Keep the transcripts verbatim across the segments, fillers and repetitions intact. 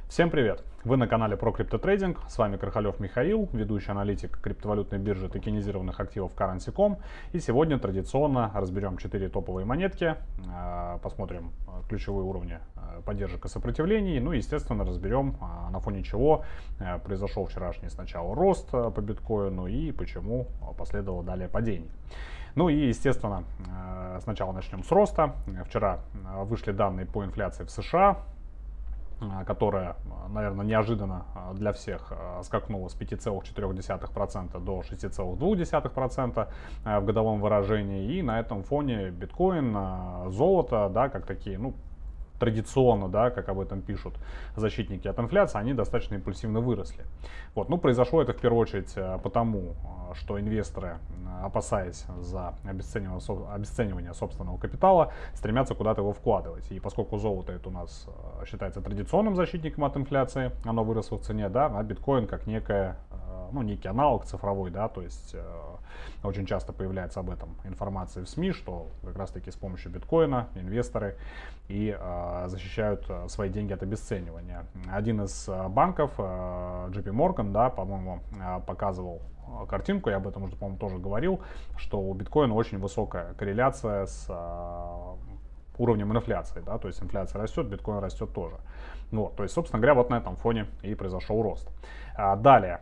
Всем привет! Вы на канале про криптотрейдинг, с вами Крахалев Михаил, ведущий аналитик криптовалютной биржи токенизированных активов Currency точка ком. И сегодня традиционно разберем четыре топовые монетки, посмотрим ключевые уровни поддержек и сопротивлений, ну и естественно разберем, на фоне чего произошел вчерашний сначала рост по биткоину и почему последовало далее падение. Ну и, естественно, сначала начнем с роста. Вчера вышли данные по инфляции в США, которая, наверное, неожиданно для всех скакнула с пяти целых четырёх десятых процента до шести целых двух десятых процента в годовом выражении. И на этом фоне биткоин, золото, да, как такие, ну, традиционно, да, как об этом пишут защитники от инфляции, они достаточно импульсивно выросли. Вот, ну, произошло это в первую очередь потому, что инвесторы, опасаясь за обесценивание, обесценивание собственного капитала, стремятся куда-то его вкладывать. И поскольку золото это у нас считается традиционным защитником от инфляции, оно выросло в цене, да, а биткоин как некая, ну, некий аналог цифровой, да, то есть э, очень часто появляется об этом информация в СМИ, что как раз таки с помощью биткоина инвесторы и э, защищают э, свои деньги от обесценивания. Один из э, банков, э, джей пи Morgan, да, по-моему, э, показывал картинку, я об этом уже, по-моему, тоже говорил, что у биткоина очень высокая корреляция с э, уровнем инфляции, да, то есть инфляция растет, биткоин растет тоже. Вот, то есть, собственно говоря, вот на этом фоне и произошел рост. А, далее.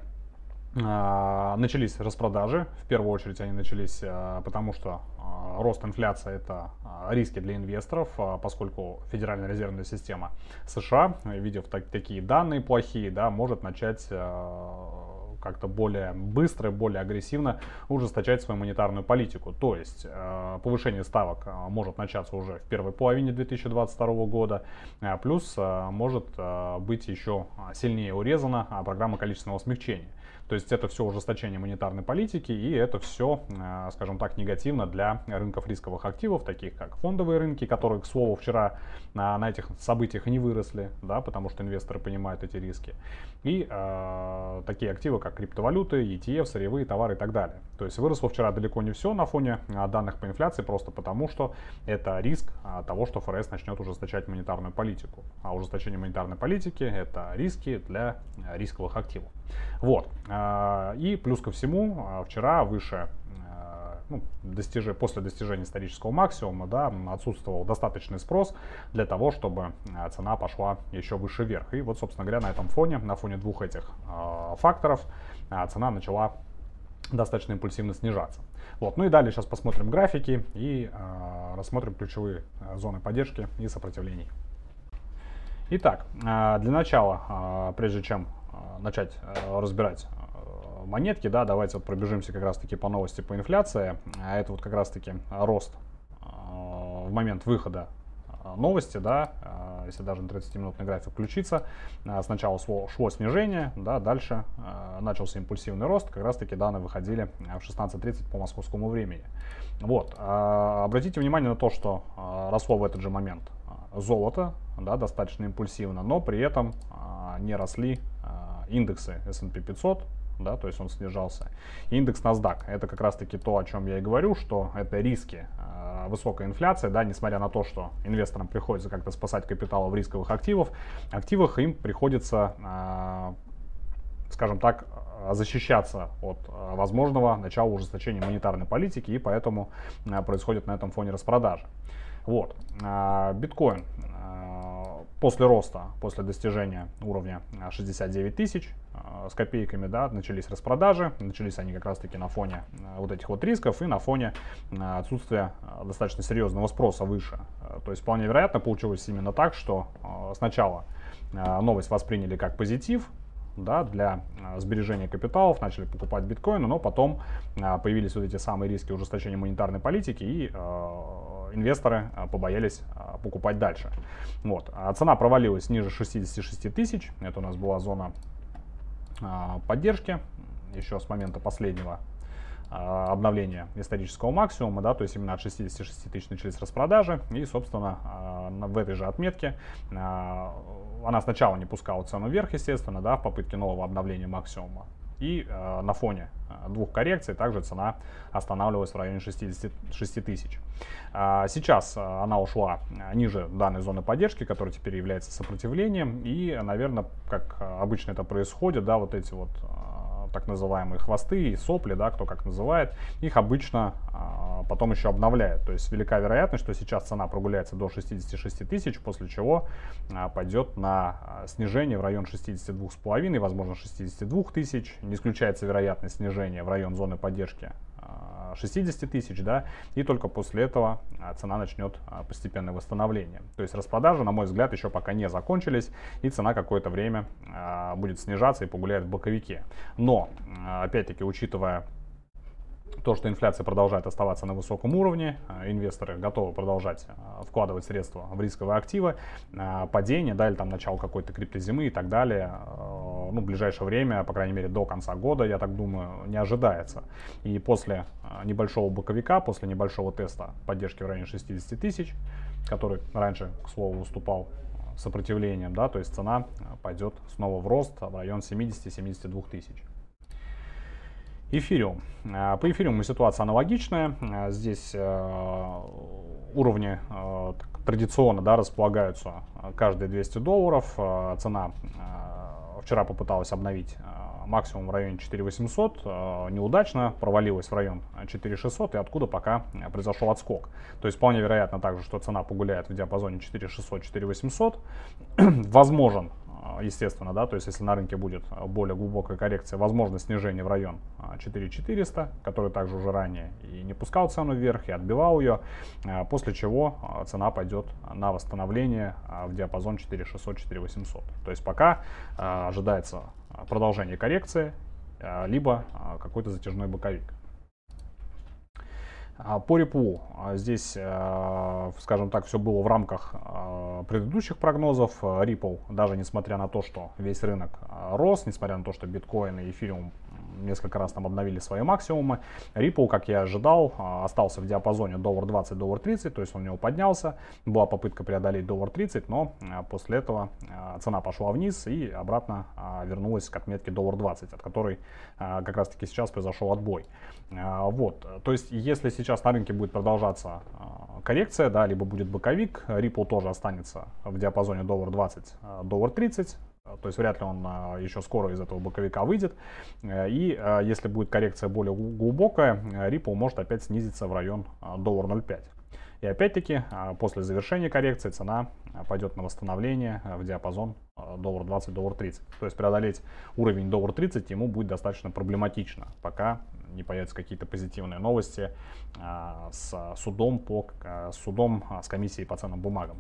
Начались распродажи, в первую очередь они начались потому, что рост инфляции это риски для инвесторов, поскольку Федеральная резервная система США, видев так, такие данные плохие, да, может начать как-то более быстро, более агрессивно ужесточать свою монетарную политику. То есть э, повышение ставок э, может начаться уже в первой половине две тысячи двадцать второго года, э, плюс э, может э, быть еще сильнее урезана э, программа количественного смягчения. То есть это все ужесточение монетарной политики, и это все, э, скажем так, негативно для рынков рисковых активов, таких как фондовые рынки, которые, к слову, вчера на, на этих событиях не выросли, да, потому что инвесторы понимают эти риски. И э, такие активы, как криптовалюты, и ти эф, сырьевые товары и так далее. То есть выросло вчера далеко не все на фоне данных по инфляции, просто потому что это риск того, что эф эр эс начнет ужесточать монетарную политику. А ужесточение монетарной политики — это риски для рисковых активов. Вот. И плюс ко всему, вчера выше, ну, достиж... после достижения исторического максимума, да, отсутствовал достаточный спрос для того, чтобы цена пошла еще выше вверх. И вот, собственно говоря, на этом фоне, на фоне двух этих э, факторов, э, цена начала достаточно импульсивно снижаться. Вот. Ну и далее сейчас посмотрим графики и э, рассмотрим ключевые э, зоны поддержки и сопротивлений. Итак, э, для начала, э, прежде чем э, начать э, разбирать монетки, да, давайте вот пробежимся как раз таки по новости по инфляции. А это вот как раз таки рост э, в момент выхода новости, да, э, если даже на тридцатиминутный график включиться. Э, сначала шло, шло снижение, да, дальше э, начался импульсивный рост, как раз таки данные выходили в шестнадцать тридцать по московскому времени. Вот, э, обратите внимание на то, что э, росло в этот же момент золото, да, достаточно импульсивно, но при этом э, не росли э, индексы эс энд пи пятьсот, да, то есть он снижался. Индекс NASDAQ — это как раз таки то, о чем я и говорю, что это риски э, высокой инфляции, да, несмотря на то, что инвесторам приходится как-то спасать капитал в рисковых активах, активах им приходится, э, скажем так, защищаться от э, возможного начала ужесточения монетарной политики, и поэтому э, происходит на этом фоне распродажи. Вот. Э, биткоин э, после роста, после достижения уровня шестьдесят девять тысяч с копейками, да, начались распродажи. Начались они как раз таки на фоне вот этих вот рисков и на фоне отсутствия достаточно серьезного спроса выше. То есть вполне вероятно получилось именно так, что сначала новость восприняли как позитив, да, для сбережения капиталов, начали покупать биткоины, но потом появились вот эти самые риски ужесточения монетарной политики, и э, инвесторы побоялись покупать дальше. Вот. А цена провалилась ниже шестидесяти шести тысяч, это у нас была зона э, поддержки, еще с момента последнего э, обновления исторического максимума, да, то есть именно от шестидесяти шести тысяч начались распродажи, и, собственно, э, в этой же отметке э, она сначала не пускала цену вверх, естественно, да, в попытке нового обновления максимума. И э, на фоне двух коррекций также цена останавливалась в районе шестидесяти шести тысяч. Сейчас она ушла ниже данной зоны поддержки, которая теперь является сопротивлением. И, наверное, как обычно это происходит, да, вот эти вот так называемые хвосты и сопли, да, кто как называет, их обычно а, потом еще обновляют. То есть велика вероятность, что сейчас цена прогуляется до шестидесяти шести тысяч, после чего а, пойдет на снижение в район шестидесяти двух с половиной, возможно шестидесяти двух тысяч. Не исключается вероятность снижения в район зоны поддержки шестидесяти тысяч, да, и только после этого цена начнет постепенное восстановление. То есть распродажи, на мой взгляд, еще пока не закончились, и цена какое-то время будет снижаться и погуляет в боковике. Но, опять-таки, учитывая то, что инфляция продолжает оставаться на высоком уровне, инвесторы готовы продолжать вкладывать средства в рисковые активы, падение, да, или там начало какой-то криптозимы и так далее, ну, в ближайшее время, по крайней мере до конца года, я так думаю, не ожидается. И после небольшого боковика, после небольшого теста поддержки в районе шестидесяти тысяч, который раньше, к слову, выступал сопротивлением, да, то есть цена пойдет снова в рост в район семидесяти — семидесяти двух тысяч. Эфириум. По эфириуму ситуация аналогичная. Здесь уровни традиционно, да, располагаются каждые двести долларов. Цена вчера попыталась обновить максимум в районе четыре тысячи восемьсот, неудачно, провалилась в район четыре тысячи шестьсот, и откуда пока произошел отскок. То есть вполне вероятно также, что цена погуляет в диапазоне четыре тысячи шестьсот — четыре тысячи восемьсот. Возможен, естественно, да, то есть если на рынке будет более глубокая коррекция, возможно снижение в район четыре тысячи четыреста, который также уже ранее и не пускал цену вверх, и отбивал ее, после чего цена пойдет на восстановление в диапазон четыре тысячи шестьсот — четыре тысячи восемьсот. То есть пока ожидается продолжение коррекции, либо какой-то затяжной боковик. По РИПУ здесь, скажем так, все было в рамках предыдущих прогнозов. Ripple, даже несмотря на то, что весь рынок рос, несмотря на то, что биткоин и эфириум несколько раз там обновили свои максимумы, Ripple, как я ожидал, остался в диапазоне доллар двадцать — доллар тридцать, то есть он у него поднялся. Была попытка преодолеть доллар тридцать, но после этого цена пошла вниз и обратно вернулась к отметке доллар двадцать, от которой как раз таки сейчас произошел отбой. Вот, то есть если сейчас на рынке будет продолжаться коррекция, да, либо будет боковик, Ripple тоже останется в диапазоне доллар двадцать — доллар тридцать. То есть вряд ли он еще скоро из этого боковика выйдет. И если будет коррекция более глубокая, Ripple может опять снизиться в район доллар ноль пять. И опять-таки после завершения коррекции цена пойдет на восстановление в диапазон доллар двадцать — доллар тридцать. То есть преодолеть уровень доллар тридцать ему будет достаточно проблематично, пока не появятся какие-то позитивные новости с судом, по, с судом с комиссией по ценным бумагам.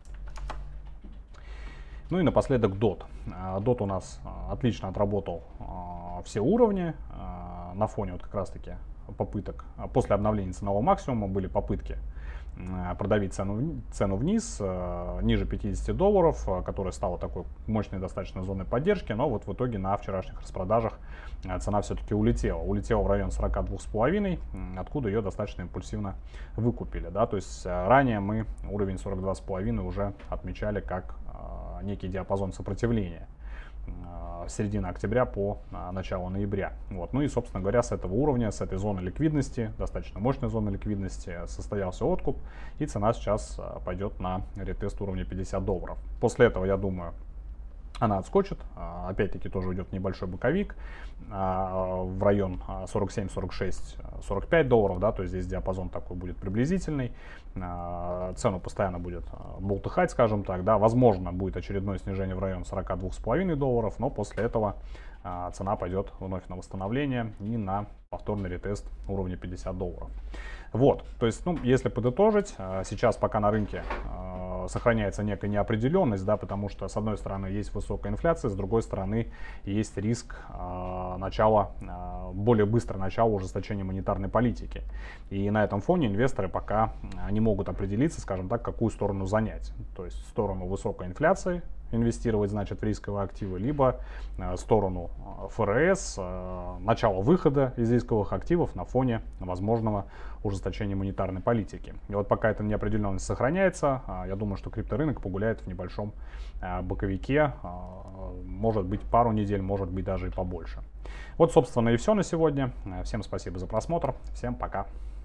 Ну и напоследок дот. дот у нас отлично отработал все уровни на фоне вот как раз таки попыток. После обновления ценового максимума были попытки продавить цену, цену вниз, ниже пятидесяти долларов, которая стала такой мощной достаточно зоной поддержки, но вот в итоге на вчерашних распродажах цена все-таки улетела. Улетела в район сорока двух с половиной, откуда ее достаточно импульсивно выкупили. Да? То есть ранее мы уровень сорок два с половиной уже отмечали как некий диапазон сопротивления с середины октября по начало ноября. Вот. Ну и, собственно говоря, с этого уровня, с этой зоны ликвидности, достаточно мощной зоны ликвидности, состоялся откуп, и цена сейчас пойдет на ретест уровня пятьдесят долларов. После этого, я думаю, она отскочит, опять-таки тоже уйдет небольшой боковик в район сорок семь — сорок шесть — сорок пять долларов, да, то есть здесь диапазон такой будет приблизительный, цену постоянно будет болтыхать, скажем так, да, возможно будет очередное снижение в район сорока двух с половиной долларов, но после этого цена пойдет вновь на восстановление и на повторный ретест уровня пятьдесят долларов. Вот, то есть, ну, если подытожить, сейчас пока на рынке сохраняется некая неопределенность, да, потому что с одной стороны есть высокая инфляция, с другой стороны есть риск э, начала, э, более быстро начала ужесточения монетарной политики. И на этом фоне инвесторы пока не могут определиться, скажем так, какую сторону занять. То есть в сторону высокой инфляции, инвестировать, значит, в рисковые активы, либо сторону ФРС, начало выхода из рисковых активов на фоне возможного ужесточения монетарной политики. И вот пока эта неопределенность сохраняется, я думаю, что крипторынок погуляет в небольшом боковике, может быть пару недель, может быть даже и побольше. Вот, собственно, и все на сегодня. Всем спасибо за просмотр, всем пока.